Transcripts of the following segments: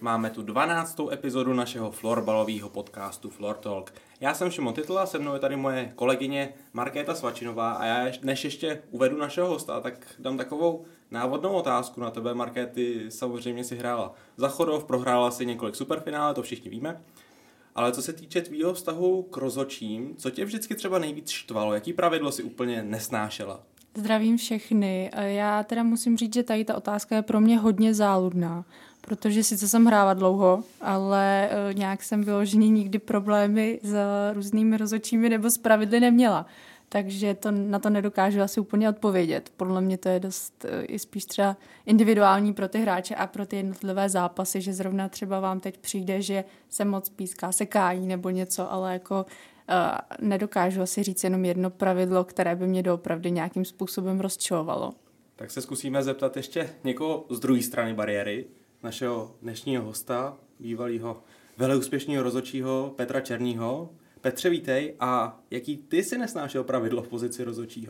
Máme tu 12. epizodu našeho florbalového podcastu Floor Talk. Já jsem Šimon Titl a se mnou je tady moje kolegyně Markéta Svačinová a já než ještě uvedu našeho hosta, tak dám takovou návodnou otázku na tebe. Markéty, samozřejmě si hrála za Chodov, prohrála si několik superfinále, to všichni víme. Ale co se týče tvýho vztahu k rozhodčím, co tě vždycky třeba nejvíc štvalo? Jaký pravidlo si úplně nesnášela? Zdravím všechny. Já teda musím říct, že tady ta otázka je pro mě hodně záludná, protože sice jsem hrála dlouho, ale nějak jsem vyloženě nikdy problémy s různými rozhodčími nebo s pravidly neměla. Takže na to nedokážu asi úplně odpovědět. Podle mě to je dost i spíš třeba individuální pro ty hráče a pro ty jednotlivé zápasy, že zrovna třeba vám teď přijde, že se moc píská sekájí nebo něco, ale jako nedokážu asi říct jenom jedno pravidlo, které by mě doopravdy nějakým způsobem rozčilovalo. Tak se zkusíme zeptat ještě někoho z druhé strany bariéry, našeho dnešního hosta, bývalého veleúspěšného rozhodčího Petra Černýho. Petře, vítej, a jaký ty si nesnášel pravidlo v pozici rozhodčího?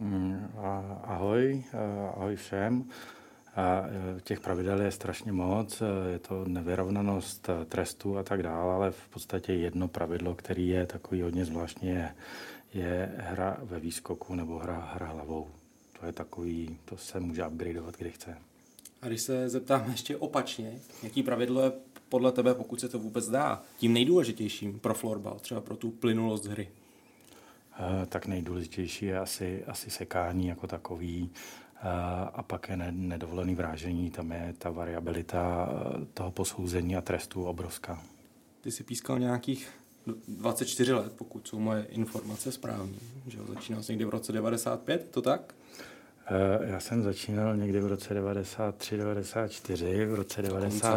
Ahoj všem. Těch pravidel je strašně moc, je to nevyrovnanost trestů a tak dále, ale v podstatě jedno pravidlo, který je takový hodně zvláštně, je hra ve výskoku nebo hra hlavou. To je takový, to se může upgradeovat, kdy chce. A když se zeptám ještě opačně, jaký pravidlo je podle tebe, pokud se to vůbec dá, tím nejdůležitějším pro florbal, třeba pro tu plynulost hry? Tak nejdůležitější je asi sekání jako takový, a pak je nedovolený vrážení, tam je ta variabilita toho posouzení a trestu obrovská. Ty jsi pískal nějakých 24 let, pokud jsou moje informace správné, že začínal jsi někdy v roce 95, to tak? Já jsem začínal někdy v roce 93, 94, v roce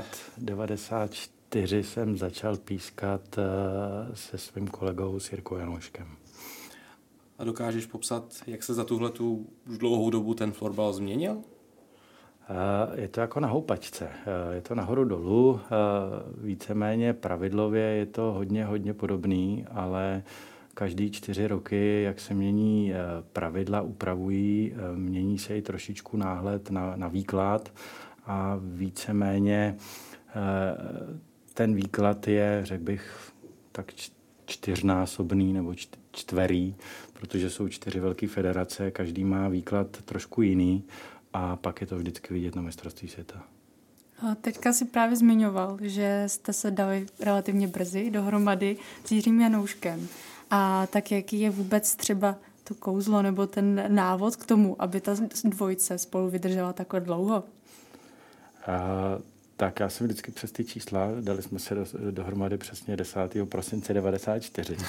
94 jsem začal pískat se svým kolegou s Jirkou Janouškem. A dokážeš popsat, jak se za tuhletu už dlouhou dobu ten florbal změnil? Je to jako na houpačce. Je to nahoru dolů. Víceméně pravidlově je to hodně podobný, ale každý 4 roky, jak se mění pravidla, upravují, mění se i trošičku náhled na výklad a víceméně ten výklad je, řekl bych, tak 4násobný nebo čtverý, protože jsou 4 velké federace, každý má výklad trošku jiný a pak je to vždycky vidět na mistrovství světa. Teďka si právě zmiňoval, že jste se dali relativně brzy dohromady s Jiřím Janouškem. A tak jaký je vůbec třeba to kouzlo nebo ten návod k tomu, aby ta dvojice spolu vydržela takhle dlouho? Tak já jsem vždycky přes ty čísla, dali jsme se dohromady přesně 10. prosince 94.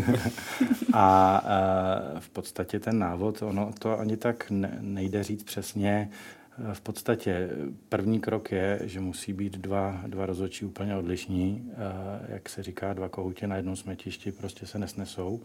A v podstatě ten návod, ono to ani tak nejde říct přesně. V podstatě první krok je, že musí být dva rozhodčí úplně odlišní. Jak se říká, 2 kohoutě na jednom smetišti prostě se nesnesou.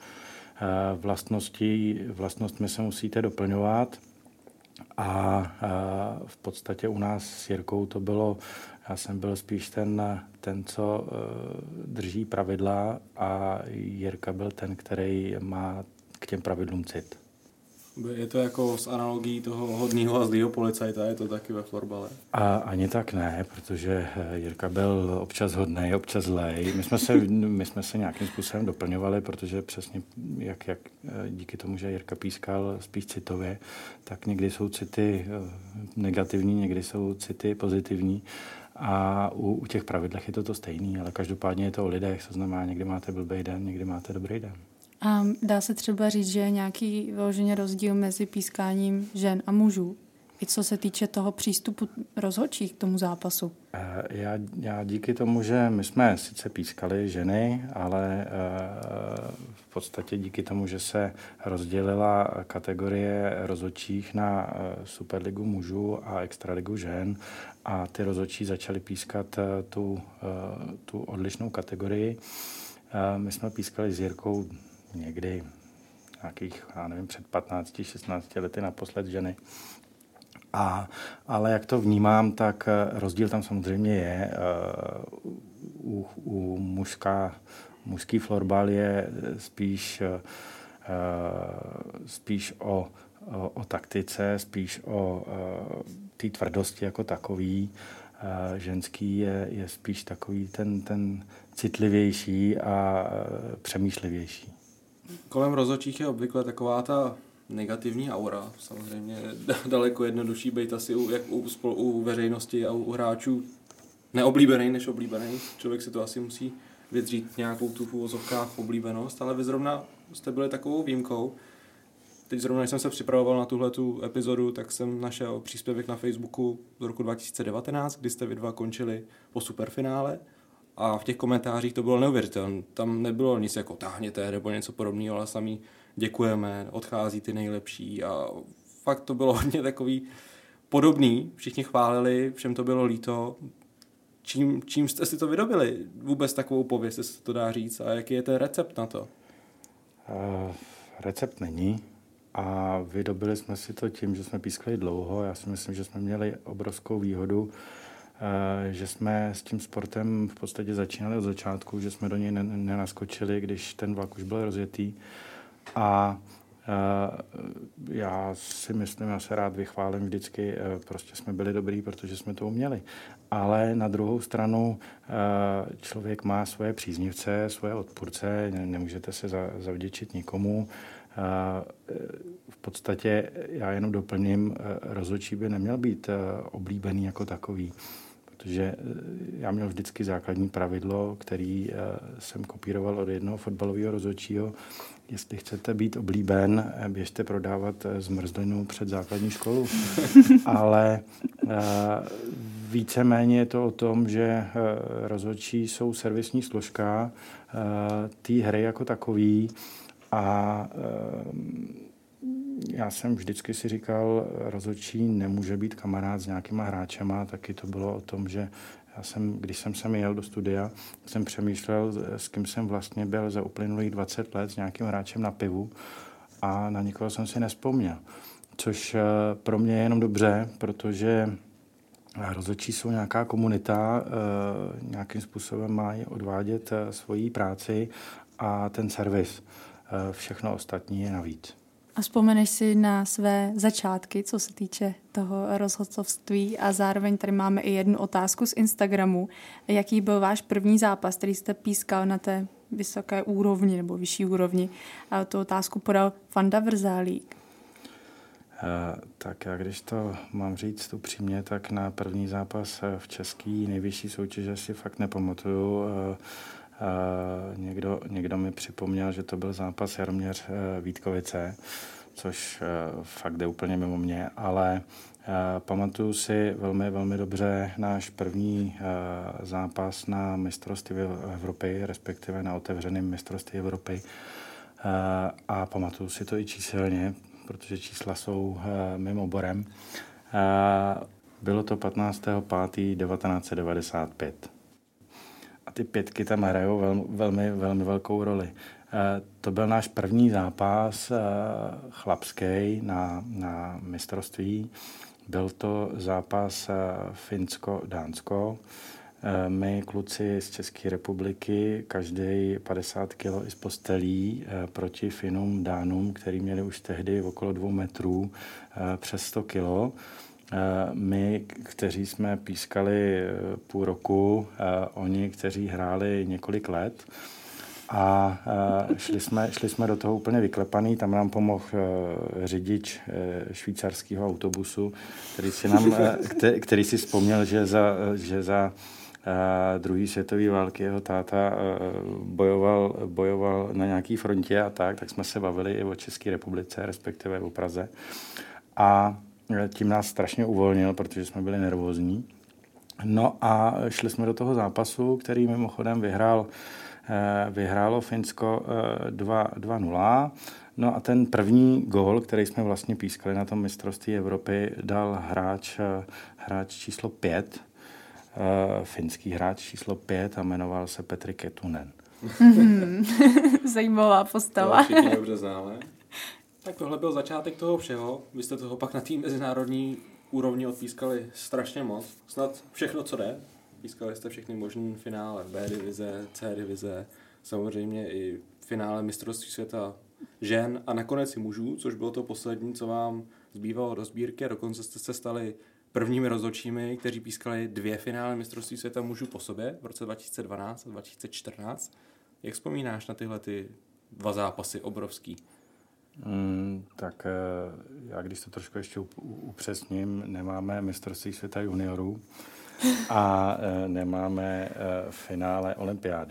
Vlastnostmi se musíte doplňovat. A v podstatě u nás s Jirkou to bylo, já jsem byl spíš ten co drží pravidla a Jirka byl ten, který má k těm pravidlům cit. Je to jako s analogií toho hodného a zlýho policajta, je to taky ve florbale? A ani tak ne, protože Jirka byl občas hodnej, občas zlej. My jsme se nějakým způsobem doplňovali, protože přesně jak díky tomu, že Jirka pískal spíš citově, tak někdy jsou city negativní, někdy jsou city pozitivní. A u těch pravidlech je to stejný, ale každopádně je to o lidech, to znamená, někdy máte blbej den, někdy máte dobrý den. A dá se třeba říct, že je nějaký vyloženě rozdíl mezi pískáním žen a mužů? I co se týče toho přístupu rozhodčích k tomu zápasu? Já díky tomu, že my jsme sice pískali ženy, ale v podstatě díky tomu, že se rozdělila kategorie rozhodčích na Superligu mužů a Extraligu žen a ty rozhodčí začaly pískat tu odlišnou kategorii. My jsme pískali s Jirkou někdy nějakých, já nevím, před 15-16 lety naposled ženy. Ale jak to vnímám, tak rozdíl tam samozřejmě je. U mužský florbal je spíš o taktice, spíš o té tvrdosti jako takový. Ženský je spíš takový ten citlivější a přemýšlivější. Kolem rozhodčích je obvykle taková ta negativní aura. Samozřejmě daleko jednodušší být asi u veřejnosti a u hráčů neoblíbený než oblíbený. Člověk si to asi musí vydřít nějakou tu v uvozovkách oblíbenost, ale vy zrovna jste byli takovou výjimkou. Teď zrovna, když jsem se připravoval na tuhletu epizodu, tak jsem našel příspěvek na Facebooku z roku 2019, kdy jste vy dva končili po superfinále a v těch komentářích to bylo neuvěřitelné. Tam nebylo nic jako táhněte nebo něco podobného, ale sami děkujeme, odchází ty nejlepší a fakt to bylo hodně takový podobný. Všichni chválili, všem to bylo líto. Čím jste si to vydobili? Vůbec takovou pověst, jestli to dá říct. A jaký je ten recept na to? Recept není. A vydobili jsme si to tím, že jsme pískali dlouho. Já si myslím, že jsme měli obrovskou výhodu, že jsme s tím sportem v podstatě začínali od začátku, že jsme do něj nenaskočili, když ten vlak už byl rozjetý. A já si myslím, já se rád vychválím vždycky, prostě jsme byli dobrý, protože jsme to uměli. Ale na druhou stranu člověk má svoje příznivce, svoje odpůrce, nemůžete se zavděčit nikomu. V podstatě já jenom doplním, rozhodčí by neměl být oblíbený jako takový, protože já měl vždycky základní pravidlo, který jsem kopíroval od jednoho fotbalového rozhodčího. Jestli chcete být oblíben, běžte prodávat zmrzlinu před základní školu. Ale víceméně je to o tom, že rozhodčí jsou servisní složka té hry jako takový. A já jsem vždycky si říkal, rozhodčí nemůže být kamarád s nějakýma hráčema, taky to bylo o tom, že když jsem sem jel do studia, jsem přemýšlel, s kým jsem vlastně byl za uplynulých 20 let s nějakým hráčem na pivu a na nikoho jsem si nevzpomněl. Což pro mě je jenom dobře, protože rozhodčí jsou nějaká komunita, nějakým způsobem mají odvádět svoji práci a ten servis. Všechno ostatní je navíc. A vzpomeneš si na své začátky, co se týče toho rozhodcovství a zároveň tady máme i jednu otázku z Instagramu. Jaký byl váš první zápas, který jste pískal na té vysoké úrovni nebo vyšší úrovni? A tu otázku podal Fanda Vrzálík. Tak já když to mám říct upřímně, tak na první zápas v české nejvyšší soutěži si fakt nepamatuju. Někdo mi připomněl, že to byl zápas Jaroměř Vítkovice, což fakt jde úplně mimo mě, ale pamatuju si velmi, velmi dobře náš první zápas na mistrovství Evropy, respektive na otevřeném mistrovství Evropy. A pamatuju si to i číselně, protože čísla jsou mým oborem. Bylo to 15.5.1995. A ty pětky tam hrajou velmi, velmi velkou roli. To byl náš první zápas chlapský na mistrovství. Byl to zápas Finsko-Dánsko. My, kluci z České republiky, každý 50 kg i z postelí proti Finům, Dánům, který měli už tehdy okolo 2 metrů, přes 100 kg. My, kteří jsme pískali půl roku, oni, kteří hráli několik let a šli jsme do toho úplně vyklepaný. Tam nám pomohl řidič švýcarského autobusu, který si vzpomněl, že za druhé světové války jeho táta bojoval na nějaký frontě a tak jsme se bavili i o České republice, respektive o Praze. A tím nás strašně uvolnil, protože jsme byli nervózní. No a šli jsme do toho zápasu, který mimochodem vyhrálo Finsko 2-0. No a ten první gól, který jsme vlastně pískali na tom mistrovství Evropy, dal hráč číslo 5, finský hráč číslo 5 a jmenoval se Petri Ketunen. Zajímavá postava. To všichni dobře známe. Tak tohle byl začátek toho všeho. Vy jste toho pak na té mezinárodní úrovni odpískali strašně moc. Snad všechno, co jde. Pískali jste všechny možné finále B divize, C divize, samozřejmě i finále mistrovství světa žen a nakonec i mužů, což bylo to poslední, co vám zbývalo do sbírky a dokonce jste se stali prvními rozhodčími, kteří pískali 2 finále mistrovství světa mužů po sobě v roce 2012 a 2014. Jak vzpomínáš na tyhle 2 zápasy obrovský? Tak já když to trošku ještě upřesním, nemáme mistrovství světa juniorů a nemáme finále olympiády.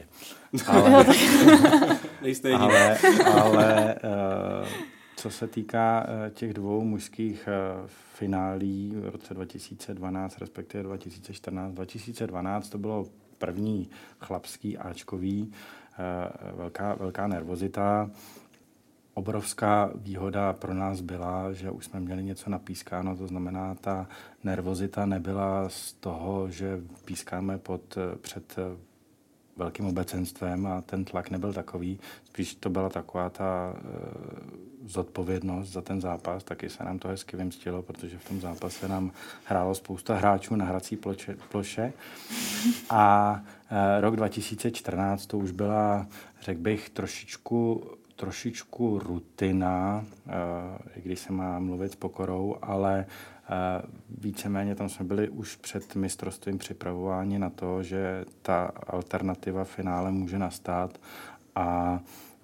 Ale co se týká těch 2 mužských finálí v roce 2012, respektive 2014, 2012 to bylo první chlapský áčkový, velká nervozita. Obrovská výhoda pro nás byla, že už jsme měli něco napískáno, to znamená, ta nervozita nebyla z toho, že pískáme před velkým obecenstvem a ten tlak nebyl takový. Spíš to byla taková ta zodpovědnost za ten zápas, taky se nám to hezky vymstilo, protože v tom zápase nám hrálo spousta hráčů na hrací ploše. A rok 2014 to už byla, řekl bych, trošičku rutina, i když se má mluvit s pokorou, ale víceméně tam jsme byli už před mistrovstvím připravováni na to, že ta alternativa finále může nastat a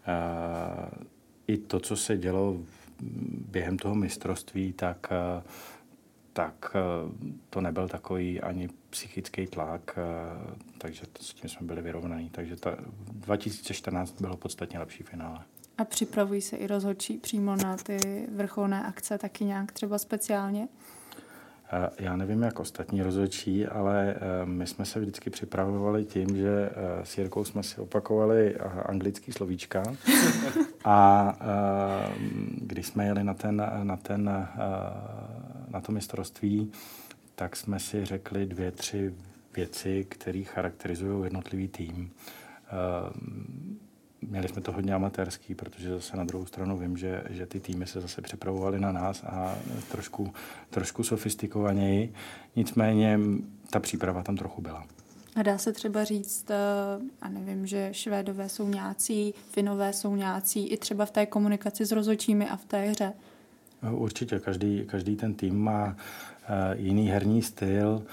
i to, co se dělo během toho mistrovství, tak to nebyl takový ani psychický tlak, takže s tím jsme byli vyrovnaní. Takže 2014 bylo podstatně lepší finále. A připravují se i rozhodčí přímo na ty vrcholné akce taky nějak třeba speciálně? Já nevím, jak ostatní rozhodčí, ale my jsme se vždycky připravovali tím, že s Jirkou jsme si opakovali anglický slovíčka a když jsme jeli na to mistrovství, tak jsme si řekli 2-3 věci, které charakterizují jednotlivý tým. Měli jsme to hodně amatérský, protože zase na druhou stranu vím, že ty týmy se zase připravovaly na nás a trošku sofistikovaněji. Nicméně ta příprava tam trochu byla. A dá se třeba říct, a nevím, že Švédové jsou nějací, Finové jsou nějací, i třeba v té komunikaci s rozhodčími a v té hře? Určitě, každý ten tým má jiný herní styl,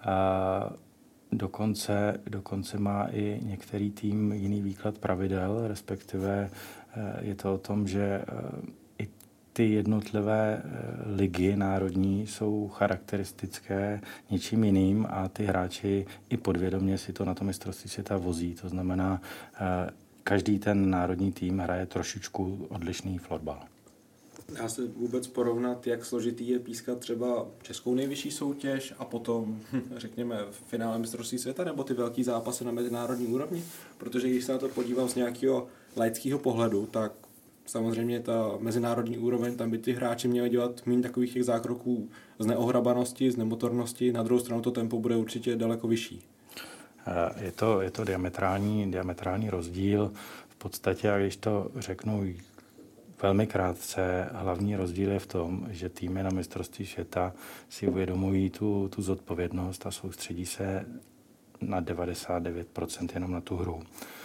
dokonce má i některý tým jiný výklad pravidel, respektive je to o tom, že i ty jednotlivé ligy národní jsou charakteristické něčím jiným a ty hráči i podvědomě si to na to mistrovství světa vozí. To znamená, každý ten národní tým hraje trošičku odlišný florbal. Dá se vůbec porovnat, jak složitý je pískat třeba českou nejvyšší soutěž a potom, řekněme, v finále mistrovství světa nebo ty velký zápasy na mezinárodní úrovni? Protože když se na to podívám z nějakého laického pohledu, tak samozřejmě ta mezinárodní úroveň, tam by ty hráči měli dělat méně takových těch zákroků z neohrabanosti, z nemotornosti, na druhou stranu to tempo bude určitě daleko vyšší. Je to diametrální rozdíl. V podstatě, a když to řeknu velmi krátce, hlavní rozdíl je v tom, že týmy na mistrovství světa si uvědomují tu zodpovědnost a soustředí se na 99% jenom na tu hru.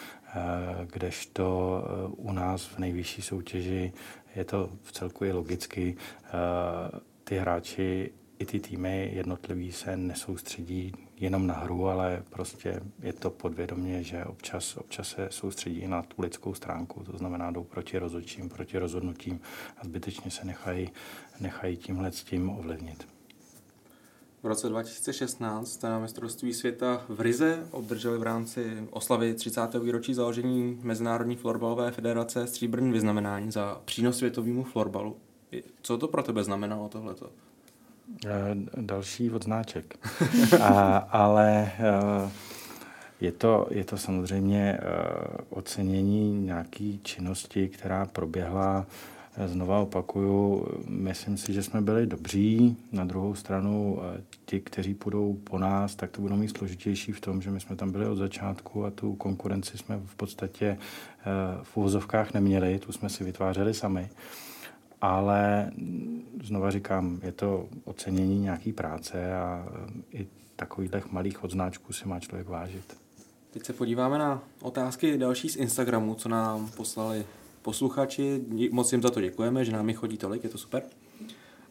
Kdežto u nás v nejvyšší soutěži je to vcelku i logicky. Ty hráči i ty týmy jednotliví se nesoustředí jenom na hru, ale prostě je to podvědomě, že občas se soustředí i na tu lidskou stránku, to znamená jdou proti rozhodčím, proti rozhodnutím a zbytečně se nechají tímhletím ovlivnit. V roce 2016 na mistrovství světa v Rize obdrželi v rámci oslavy 30. výročí založení Mezinárodní florbalové federace stříbrný vyznamenání za přínos světovému florbalu. Co to pro tebe znamenalo tohleto? Další odznáček. Ale je to samozřejmě ocenění nějaký činnosti, která proběhla. Znova opakuju, myslím si, že jsme byli dobří. Na druhou stranu ti, kteří půjdou po nás, tak to budou mít složitější v tom, že my jsme tam byli od začátku a tu konkurenci jsme v podstatě v uvozovkách neměli, tu jsme si vytvářeli sami. Ale znova říkám, je to ocenění nějaký práce a i takových malých odznáčků si má člověk vážit. Teď se podíváme na otázky další z Instagramu, co nám poslali posluchači. Moc jim za to děkujeme, že nám jich chodí tolik, je to super.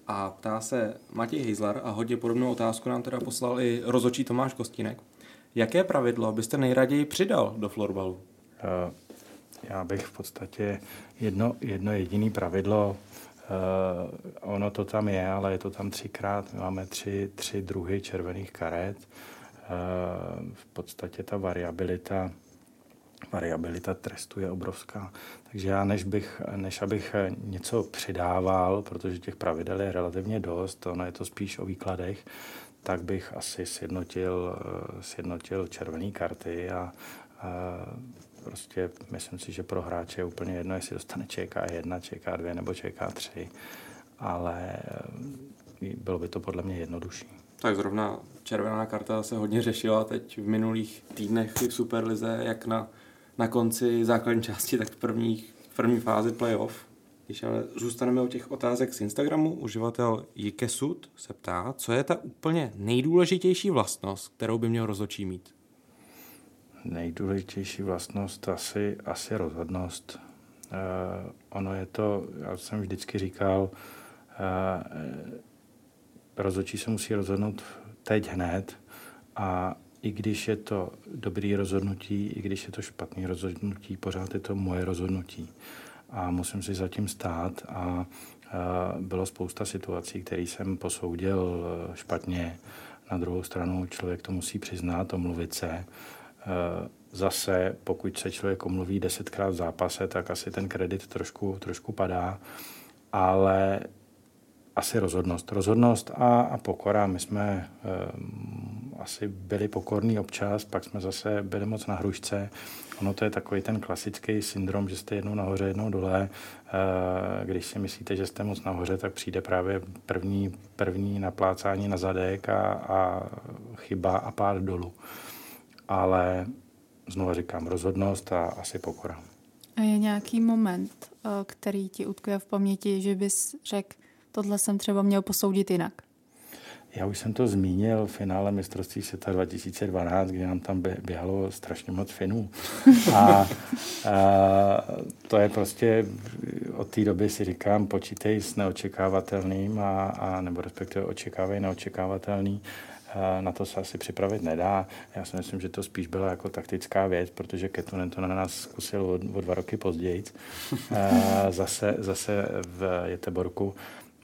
A ptá se Matěj Hejzlar a hodně podobnou otázku nám teda poslal i rozhodčí Tomáš Kostínek. Jaké pravidlo byste nejraději přidal do florbalu? Já bych v podstatě jedno jediné pravidlo, ono to tam je, ale je to tam 3krát. My máme tři druhy červených karet. V podstatě ta variabilita trestu je obrovská. Takže já než abych něco přidával, protože těch pravidel je relativně dost, ono je to spíš o výkladech, tak bych asi sjednotil červené karty a prostě myslím si, že pro hráče je úplně jedno, jestli dostane ČK1, ČK2 nebo ČK3, ale bylo by to podle mě jednodušší. Tak zrovna červená karta se hodně řešila teď v minulých týdnech v Superlize, jak na konci základní části, tak v první fázi playoff. Když ale zůstaneme u těch otázek z Instagramu, uživatel Jikesud se ptá, co je ta úplně nejdůležitější vlastnost, kterou by měl rozhodčí mít? Nejdůležitější vlastnost asi rozhodnost. Ono je to, já jsem vždycky říkal, rozhodčí se musí rozhodnout teď hned a i když je to dobrý rozhodnutí, i když je to špatný rozhodnutí, pořád je to moje rozhodnutí. A musím si zatím stát a bylo spousta situací, které jsem posoudil špatně. Na druhou stranu člověk to musí přiznat, omluvit se. Zase, pokud se člověk omluví 10krát v zápase, tak asi ten kredit trošku padá, ale asi rozhodnost a pokora. My jsme asi byli pokorní občas, pak jsme zase byli moc na hrušce. Ono to je takový ten klasický syndrom, že jste jednou nahoře, jednou dole. Když si myslíte, že jste moc nahoře, tak přijde právě první naplácání na zadek a chyba a pád dolů. Ale znovu říkám, rozhodnost a asi pokora. A je nějaký moment, který ti utkvěl v paměti, že bys řekl, tohle jsem třeba měl posoudit jinak? Já už jsem to zmínil v finále mistrovství světa 2012, kdy nám tam běhalo strašně moc Finů. A to je prostě, od té doby si říkám, počítej s neočekávatelným nebo respektive očekávej neočekávatelný. Na to se asi připravit nedá. Já si myslím, že to spíš byla jako taktická věc, protože Kettunen to na nás zkusil o 2 roky později. Zase v Göteborgu.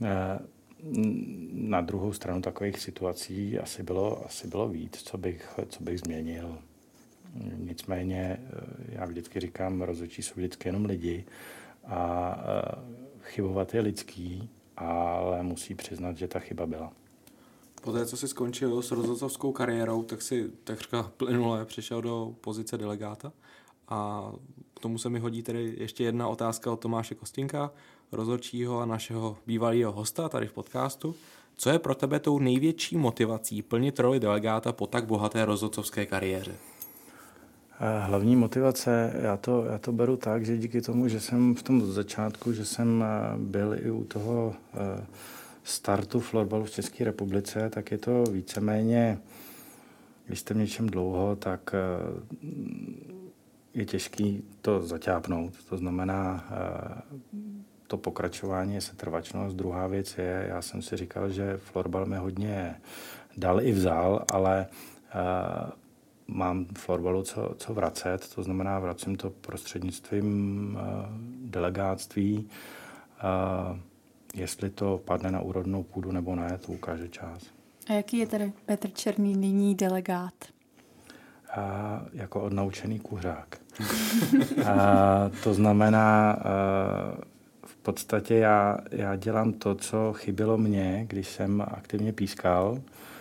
Na druhou stranu takových situací asi bylo víc, co bych změnil. Nicméně, já vždycky říkám, rozhodčí jsou vždycky jenom lidi a chybovat je lidský, ale musí přiznat, že ta chyba byla. Poté, co jsi skončil s rozhodcovskou kariérou, tak si takřka plynule přišel do pozice delegáta. A k tomu se mi hodí tedy ještě jedna otázka od Tomáše Kostínka, rozhodčího a našeho bývalého hosta tady v podcastu. Co je pro tebe tou největší motivací plnit roli delegáta po tak bohaté rozhodcovské kariéře? Hlavní motivace, já to beru tak, že díky tomu, že jsem v tom začátku, že jsem byl i u toho startu florbalu v České republice, tak je to víceméně, když jste v něčem dlouho, tak je těžký to zaťápnout. To znamená, to pokračování je setrvačnost. Druhá věc je, já jsem si říkal, že florbal mi hodně dal i vzal, ale mám florbalu co vracet, to znamená, vracím to prostřednictvím delegátství. Jestli to padne na úrodnou půdu nebo ne, to ukáže čas. A jaký je tedy Petr Černý nyní delegát? Jako odnaučený kuřák. To znamená, v podstatě já dělám to, co chybělo mně, když jsem aktivně pískal.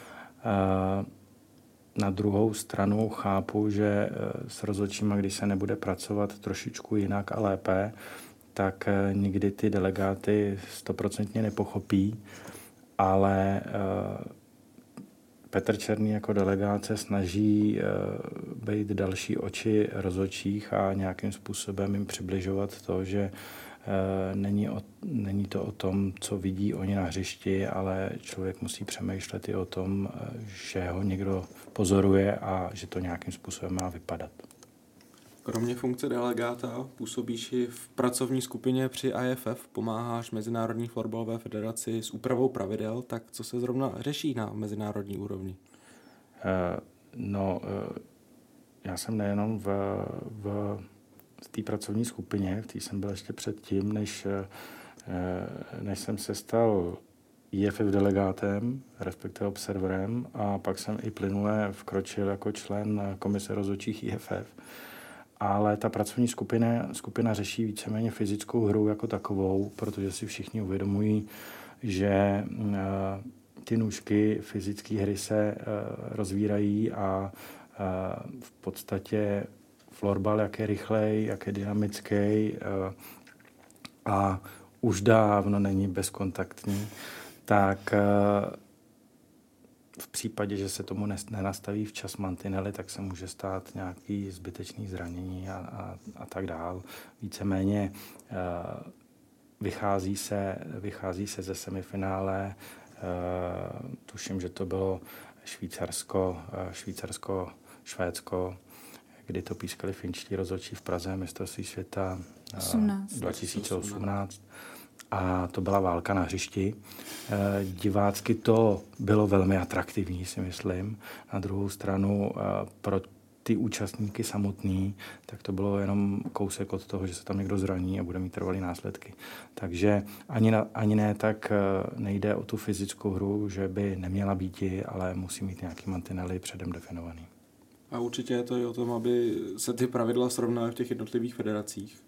Na druhou stranu chápu, že s rozhodčíma, když se nebude pracovat trošičku jinak a lépe, tak nikdy ty delegáty 100% nepochopí, ale Petr Černý jako delegát se snaží být další oči rozhodčích a nějakým způsobem jim přibližovat to, že není to o tom, co vidí oni na hřišti, ale člověk musí přemýšlet i o tom, že ho někdo pozoruje a že to nějakým způsobem má vypadat. Kromě funkce delegáta působíš i v pracovní skupině při IFF, pomáháš Mezinárodní florbalové federaci s úpravou pravidel, tak co se zrovna řeší na mezinárodní úrovni? Já jsem nejenom v té pracovní skupině, v té jsem byl ještě předtím, než jsem se stal IFF delegátem, respektive observerem, a pak jsem i plynule vkročil jako člen komise rozhodčích IFF. Ale ta pracovní skupina řeší víceméně fyzickou hru jako takovou, protože si všichni uvědomují, že ty nůžky fyzické hry se rozvírají a v podstatě florbal, jak je rychlej, jak je dynamický a už dávno není bezkontaktní, tak v případě, že se tomu nenastaví včas mantinely, tak se může stát nějaký zbytečný zranění a tak dál. Víceméně vychází se ze semifinále. Tuším, že to bylo Švédsko, kdy to pískali finští rozhodčí v Praze, mistrovství světa 2018. A to byla válka na hřišti. Divácky to bylo velmi atraktivní, si myslím. Na druhou stranu pro ty účastníky samotný, tak to bylo jenom kousek od toho, že se tam někdo zraní a bude mít trvalý následky. Takže ani ne tak nejde o tu fyzickou hru, že by neměla býti, ale musí mít nějaký mantinely předem definovaný. A určitě je to i o tom, aby se ty pravidla srovnaly v těch jednotlivých federacích.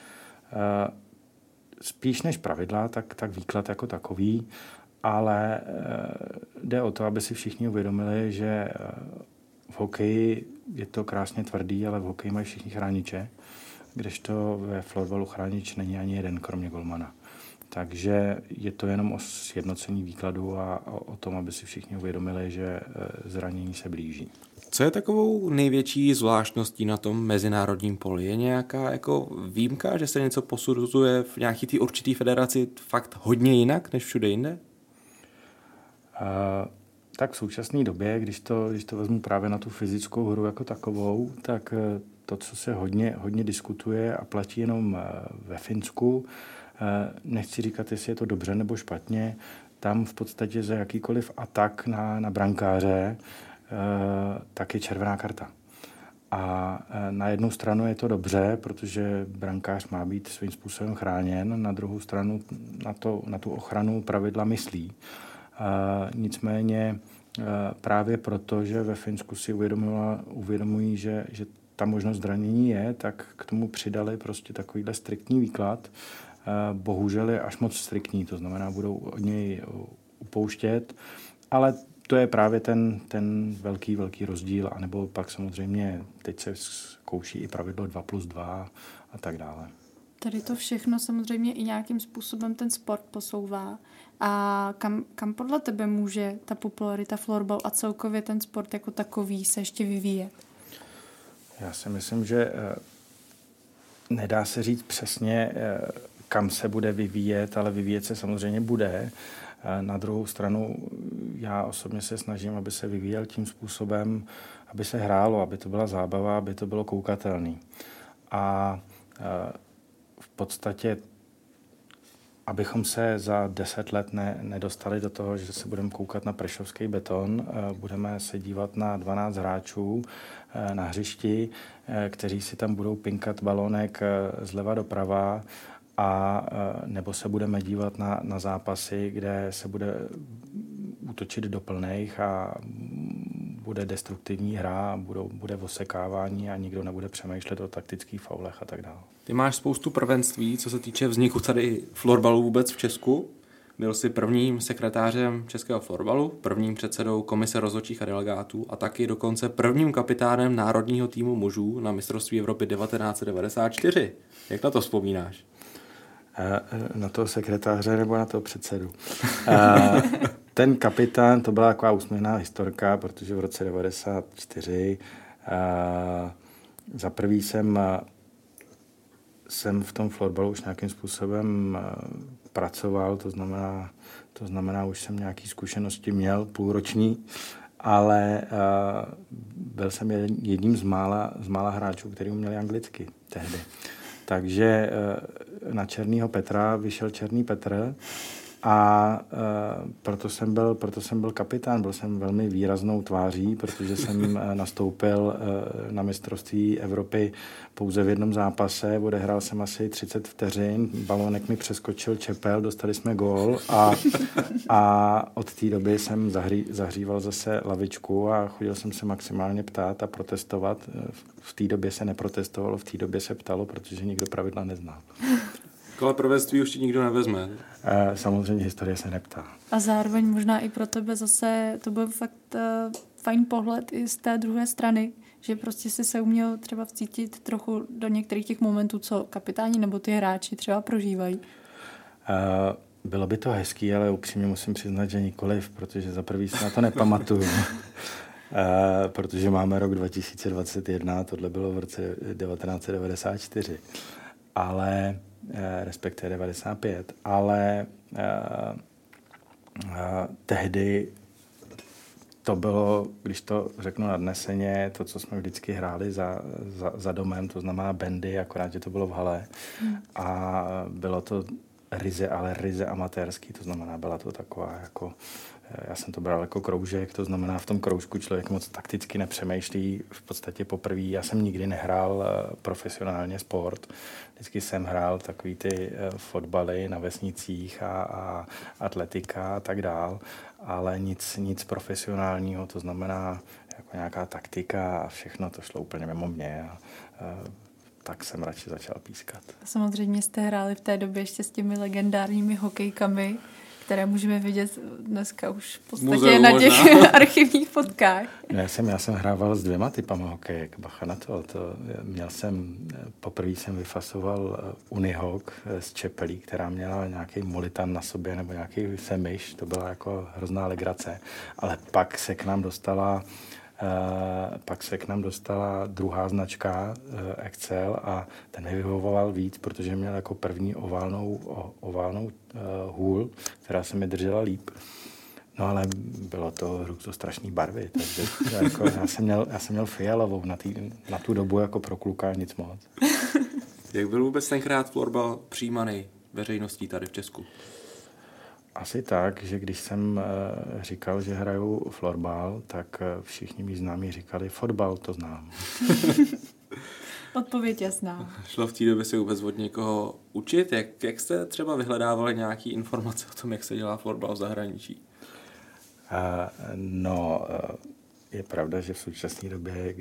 Spíš než pravidla, tak výklad jako takový, ale jde o to, aby si všichni uvědomili, že v hokeji je to krásně tvrdý, ale v hokeji mají všichni chrániče, kdežto ve florbalu chránič není ani jeden, kromě golmana. Takže je to jenom o sjednocení výkladu a o tom, aby si všichni uvědomili, že zranění se blíží. Co je takovou největší zvláštností na tom mezinárodním poli? Je nějaká jako výjimka, že se něco posuzuje v nějaký té určitý federaci fakt hodně jinak než všude jinde? Tak v současné době, když to vezmu právě na tu fyzickou hru jako takovou, tak to, co se hodně diskutuje a platí jenom ve Finsku, nechci říkat, jestli je to dobře nebo špatně, tam v podstatě za jakýkoliv atak na brankáře tak je červená karta. A na jednu stranu je to dobře, protože brankář má být svým způsobem chráněn, na druhou stranu na tu ochranu pravidla myslí. Nicméně právě proto, že ve Finsku si uvědomují, že ta možnost zranění je, tak k tomu přidali prostě takovýhle striktní výklad. Bohužel je až moc striktní, to znamená, budou od něj upouštět, ale to je právě ten velký rozdíl, anebo pak samozřejmě teď se zkouší i pravidlo 2+2 a tak dále. Tady to všechno samozřejmě i nějakým způsobem ten sport posouvá. A kam podle tebe může ta popularita florbalu a celkově ten sport jako takový se ještě vyvíjet? Já si myslím, že nedá se říct přesně, kam se bude vyvíjet, ale vyvíjet se samozřejmě bude. Na druhou stranu já osobně se snažím, aby se vyvíjel tím způsobem, aby se hrálo, aby to byla zábava, aby to bylo koukatelný. A v podstatě, abychom se za 10 let nedostali do toho, že se budeme koukat na prešovský beton, budeme se dívat na 12 hráčů na hřišti, kteří si tam budou pinkat balónek zleva doprava, a nebo se budeme dívat na zápasy, kde se bude útočit do plných a bude destruktivní hra, bude osekávání a nikdo nebude přemýšlet o taktických faulech a tak dále. Ty máš spoustu prvenství, co se týče vzniku tady florbalu vůbec v Česku. Byl jsi prvním sekretářem českého florbalu, prvním předsedou komise rozhodčích a delegátů a taky dokonce prvním kapitánem národního týmu mužů na mistrovství Evropy 1994. Jak na to vzpomínáš? Na toho sekretáře nebo na toho předsedu? Ten kapitán, to byla taková úsměvná historka, protože v roce 1994 za prvý jsem v tom florbalu už nějakým způsobem pracoval, to znamená, už jsem nějaké zkušenosti měl, půlroční, ale byl jsem jedním z mála hráčů, který uměli anglicky tehdy. Takže na Černýho Petra vyšel Černý Petr a proto jsem byl kapitán. Byl jsem velmi výraznou tváří, protože jsem nastoupil na mistrovství Evropy pouze v jednom zápase. Odehrál jsem asi 30 vteřin, balónek mi přeskočil čepel, dostali jsme gól a od té doby jsem zahříval zase lavičku a chodil jsem se maximálně ptát a protestovat. V té době se neprotestovalo, v té době se ptalo, protože nikdo pravidla neznal. Kole prvenství už ti nikdo nevezme. Samozřejmě historie se neptá. A zároveň možná i pro tebe zase to byl fakt fajn pohled i z té druhé strany, že prostě si se uměl třeba vcítit trochu do některých těch momentů, co kapitáni nebo ty hráči třeba prožívají. Bylo by to hezký, ale upřímně musím přiznat, že nikoliv, protože za prvý si na to nepamatuju. Protože máme rok 2021, tohle bylo v roce 1994. Ale respektive 95, ale tehdy to bylo, když to řeknu nadneseně, to, co jsme vždycky hráli za domem, to znamená bandy, akorát, že to bylo v hale. A bylo to ryze amatérský, to znamená, byla to taková jako, já jsem to bral jako kroužek, to znamená, v tom kroužku člověk moc takticky nepřemýšlí, v podstatě poprvé. Já jsem nikdy nehrál profesionálně sport, vždycky jsem hrál takový ty fotbaly na vesnicích a atletika a tak dál, ale nic profesionálního, to znamená jako nějaká taktika a všechno to šlo úplně mimo mě a tak jsem radši začal pískat. Samozřejmě jste hráli v té době ještě s těmi legendárními hokejkami, které můžeme vidět dneska už v podstatě muzeu na těch archivních fotkách. Já jsem hrával s 2 typama hokejek, bacha na to. Poprvé jsem vyfasoval Unihok z Čepelí, která měla nějaký molitan na sobě nebo nějaký semyš, to byla jako hrozná legrace. Ale pak se k nám dostala druhá značka Excel a ten vyhovoval víc, protože měl jako první oválnou hůl, která se mi držela líp. No ale bylo to strašný barvy, takže jako já jsem měl fialovou na tu dobu jako pro kluka nic moc. Jak byl vůbec tenkrát florbal přijímaný veřejností tady v Česku? Asi tak, že když jsem říkal, že hraju florbal, tak všichni mí známí říkali, fotbal to znám. Odpověď jasná. Šlo v té době se vůbec od někoho učit? Jak jste třeba vyhledávali nějaké informace o tom, jak se dělá florbal v zahraničí? Je pravda, že v současné době,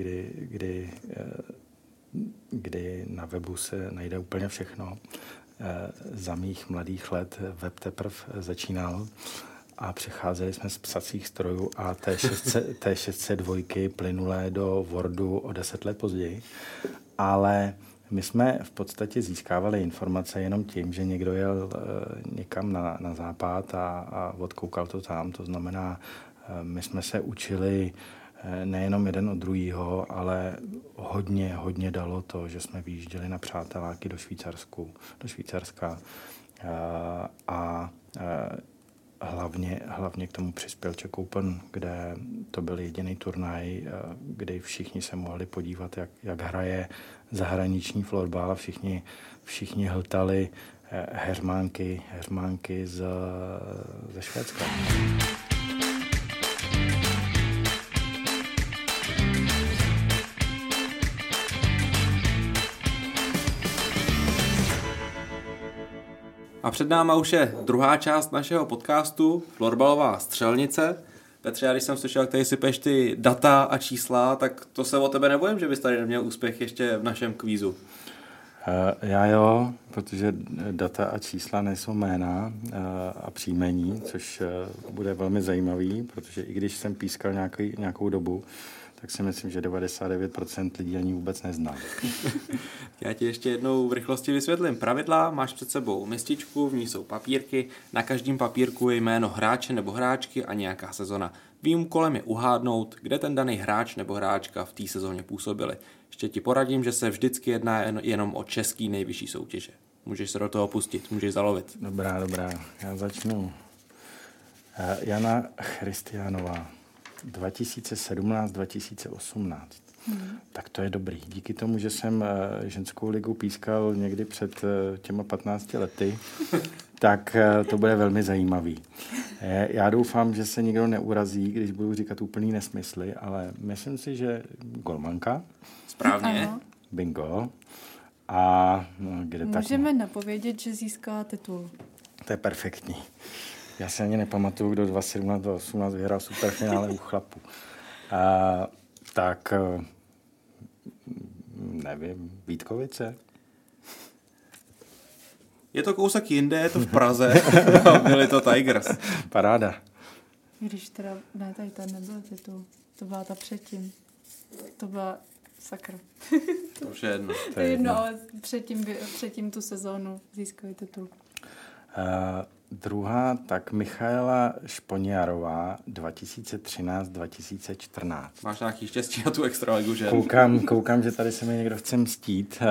kdy na webu se najde úplně všechno, za mých mladých let web teprve začínal a přecházeli jsme z psacích strojů a T602 plynulé do Wordu o 10 let později. Ale my jsme v podstatě získávali informace jenom tím, že někdo jel někam na západ a odkoukal to tam. To znamená, my jsme se učili nejenom jeden od druhého, ale hodně dalo to, že jsme vyjížděli na přáteláky do Švýcarska a hlavně k tomu přispěl Czech Open, kde to byl jediný turnaj, kde všichni se mohli podívat, jak hraje zahraniční florbal a všichni hltali heřmánky ze Švédska. A před náma už je druhá část našeho podcastu, florbalová střelnice. Petře, já když jsem slyšel, jak tady sypeš ty data a čísla, tak to se o tebe nebojím, že bys tady neměl úspěch ještě v našem kvízu. Já jo, protože data a čísla nejsou jména a příjmení, což bude velmi zajímavý, protože i když jsem pískal nějakou dobu, tak si myslím, že 99% lidí ani vůbec nezná. Já ti ještě jednou v rychlosti vysvětlím pravidla. Máš před sebou mističku, v ní jsou papírky. Na každém papírku je jméno hráče nebo hráčky a nějaká sezona. Tvým úkolem je uhádnout, kde ten daný hráč nebo hráčka v té sezóně působili. Ještě ti poradím, že se vždycky jedná jenom o český nejvyšší soutěže. Můžeš se do toho pustit, můžeš zalovit. Dobrá, já začnu. Jana Christianová. 2017-2018. Tak to je dobrý. Díky tomu, že jsem ženskou ligu pískal někdy před těma 15 lety, tak to bude velmi zajímavý. Já doufám, že se nikdo neurazí, když budu říkat úplný nesmysly, ale myslím si, že golmanka. Správně. Ano. Bingo. A kde tak? Můžeme napovědět, že získala titul. To je perfektní. Já si ani nepamatuju, kdo 2017-2018 vyhrál superfinále u chlapů. Tak nevím, Vítkovice? Je to kousek jinde, je to v Praze. Byli to Tigers. Paráda. Když teda, ne, tady ta nebyl titul. To byla ta předtím. To byla sakra. To už je jedno. To je jedno, ale předtím tu sezónu získali titul. Druhá, tak Michaela Šponiarová 2013-2014. Máš nějaký štěstí na tu extraligu, že? Koukám, že tady se mi někdo chce mstít.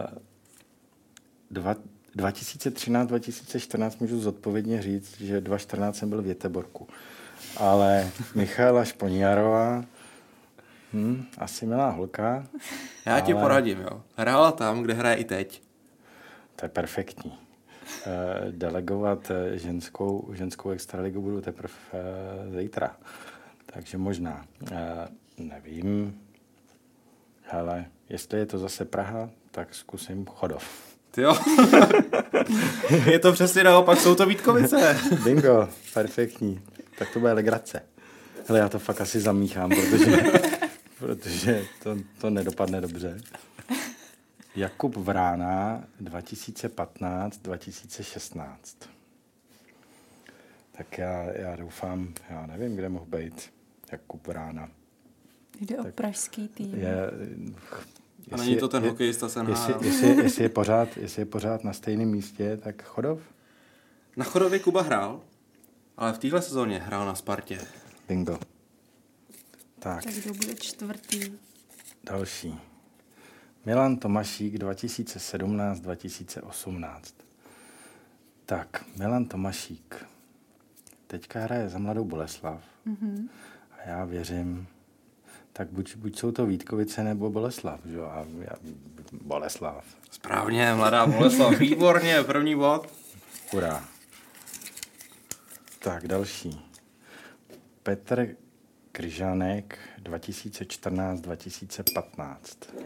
2013-2014 můžu zodpovědně říct, že 2014 jsem byl v Göteborgu. Ale Michaela Šponiarová, asi milá holka. Já ti poradím, jo. Hrála tam, kde hraje i teď. To je perfektní. Delegovat ženskou extraligu budu teprve zítra. Takže možná. Nevím. Ale jestli je to zase Praha, tak zkusím Chodov. Jo. Je to přesně naopak, jsou to Vítkovice. Bingo, perfektní. Tak to bude legrace. Hele, já to fakt asi zamíchám, protože to nedopadne dobře. Jakub Vrána 2015-2016. Tak já doufám, já nevím, kde mohl být Jakub Vrána. Jde o pražský tým. A není to ten hokejista sen jestli je pořád na stejném místě, tak Chodov? Na Chodově Kuba hrál, ale v téhle sezóně hrál na Spartě. Bingo. Tak kdo bude čtvrtý? Další. Milan Tomašík 2017-2018. Tak, Milan Tomašík. Teďka hraje za Mladou Boleslav. Mm-hmm. A já věřím, tak buď jsou to Vítkovice nebo Boleslav. Že? Boleslav. Správně, Mladá Boleslav. Výborně, první bod. Hurá. Tak, další. Petr Kryžánek 2014-2015.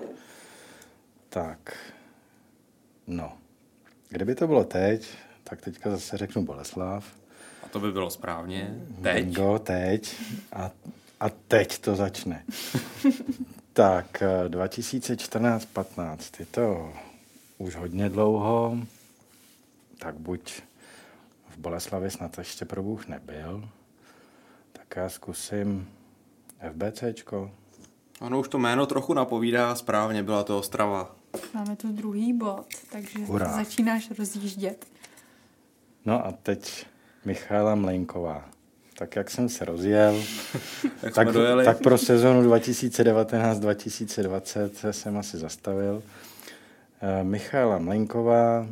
Tak, no. Kdyby to bylo teď, tak teďka zase řeknu Boleslav. A to by bylo správně. Teď. Bingo, teď. A teď to začne. Tak, 2014-15. Je to už hodně dlouho. Tak buď v Boleslavě snad ještě pro Bůh nebyl. Tak já zkusím FBCčko. Ano, už to jméno trochu napovídá, správně, byla to Ostrava. Máme tu druhý bod, takže začínáš rozjíždět. No a teď Michaela Mlejnková. Tak jak jsem se rozjel, tak pro sezonu 2019-2020 jsem asi zastavil. Michaela Mlejnková.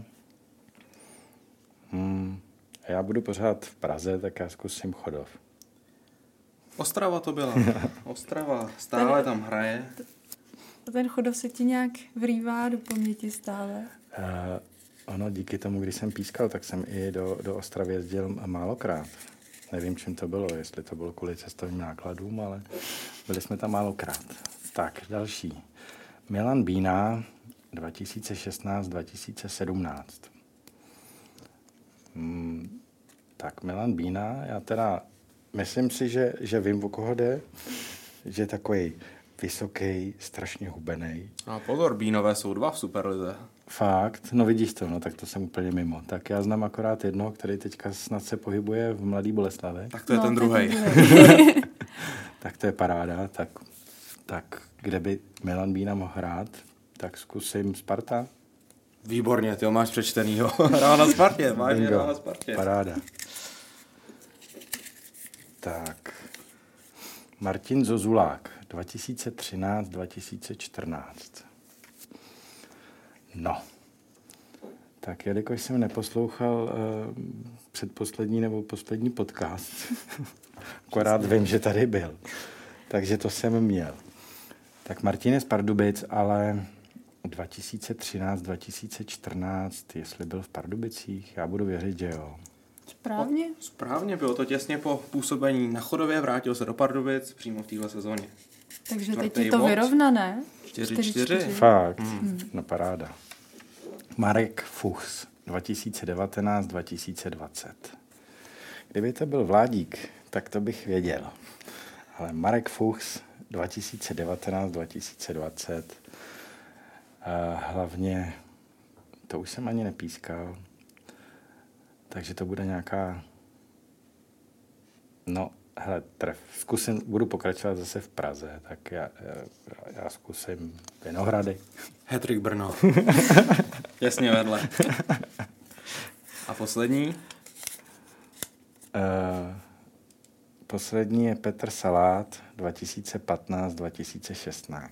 Já budu pořád v Praze, tak já zkusím Chodov. Ostrava to byla. Ostrava stále tam hraje. Ten Chodov se ti nějak vrývá do paměti stále? Ano, díky tomu, když jsem pískal, tak jsem i do Ostravy jezdil málokrát. Nevím, čím to bylo, jestli to bylo kvůli cestovním nákladům, ale byli jsme tam málokrát. Tak, další. Milan Bína 2016-2017. Tak, Milan Bína, já teda myslím si, že vím, o koho jde, že je takový vysoký, strašně hubený. A pozor, Bínové jsou 2 v Superlize. Fakt? No vidíš to, no tak to jsem úplně mimo. Tak já znám akorát jednoho, který teďka snad se pohybuje v Mladý Boleslavi. Tak to je ten druhej. Tak to je paráda. Tak kde by Milan Bína mohl hrát? Tak zkusím Sparta. Výborně, ty ho máš přečtenýho. Hrál na Spartě, hrál na Spartě. Paráda. Tak. Martin Zozulák, 2013-2014. No. Tak jelikož jsem neposlouchal předposlední nebo poslední podcast, akorát vím, že tady byl, takže to jsem měl. Tak Martin je z Pardubic, ale 2013-2014, jestli byl v Pardubicích, já budu věřit, že jo. Správně, bylo to těsně po působení na Chodově, vrátil se do Pardubic přímo v téhle sezóně. Takže teď je to vyrovnané? 4-4. Fakt, no paráda. Marek Fuchs, 2019-2020. Kdyby to byl Vládík, tak to bych věděl. Ale Marek Fuchs, 2019-2020, hlavně, to už jsem ani nepískal, takže to bude nějaká, no, hele, budu pokračovat zase v Praze, tak já zkusím Vinohrady. Hattrick Brno. Jasně vedle. A poslední? Poslední je Petr Salát, 2015-2016.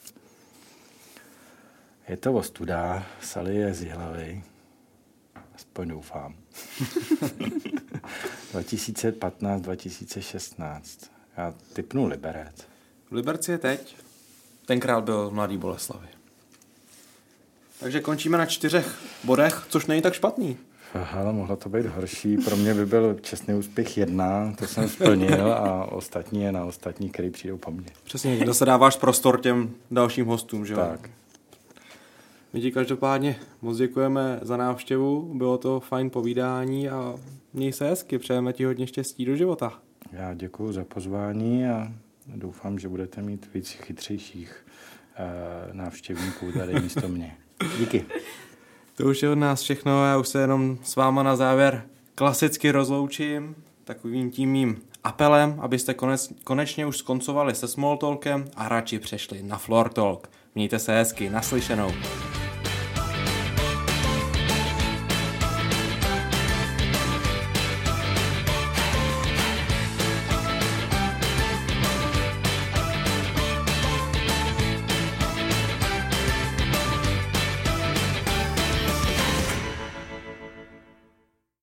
Je to ostuda, Sali je z Jihlavy, aspoň doufám. 2015-2016. Já tipnu Liberec. V Liberci je teď. Tenkrát byl v Mladý Boleslavi. Takže končíme na 4 bodech, což není tak špatný. Ale mohlo to být horší. Pro mě by byl čestný úspěch 1, to jsem splnil a ostatní je na ostatní, který přijdou po mně. Přesně, zase dáváš prostor těm dalším hostům, že jo? Tak. My ti každopádně moc děkujeme za návštěvu, bylo to fajn povídání a měj se hezky, přejeme ti hodně štěstí do života. Já děkuju za pozvání a doufám, že budete mít víc chytřejších návštěvníků tady místo mě. Díky. To už je od nás všechno, já už se jenom s váma na závěr klasicky rozloučím takovým tím mým apelem, abyste konečně už skoncovali se small talkem a radši přešli na floor talk. Mějte se hezky, naslyšenou.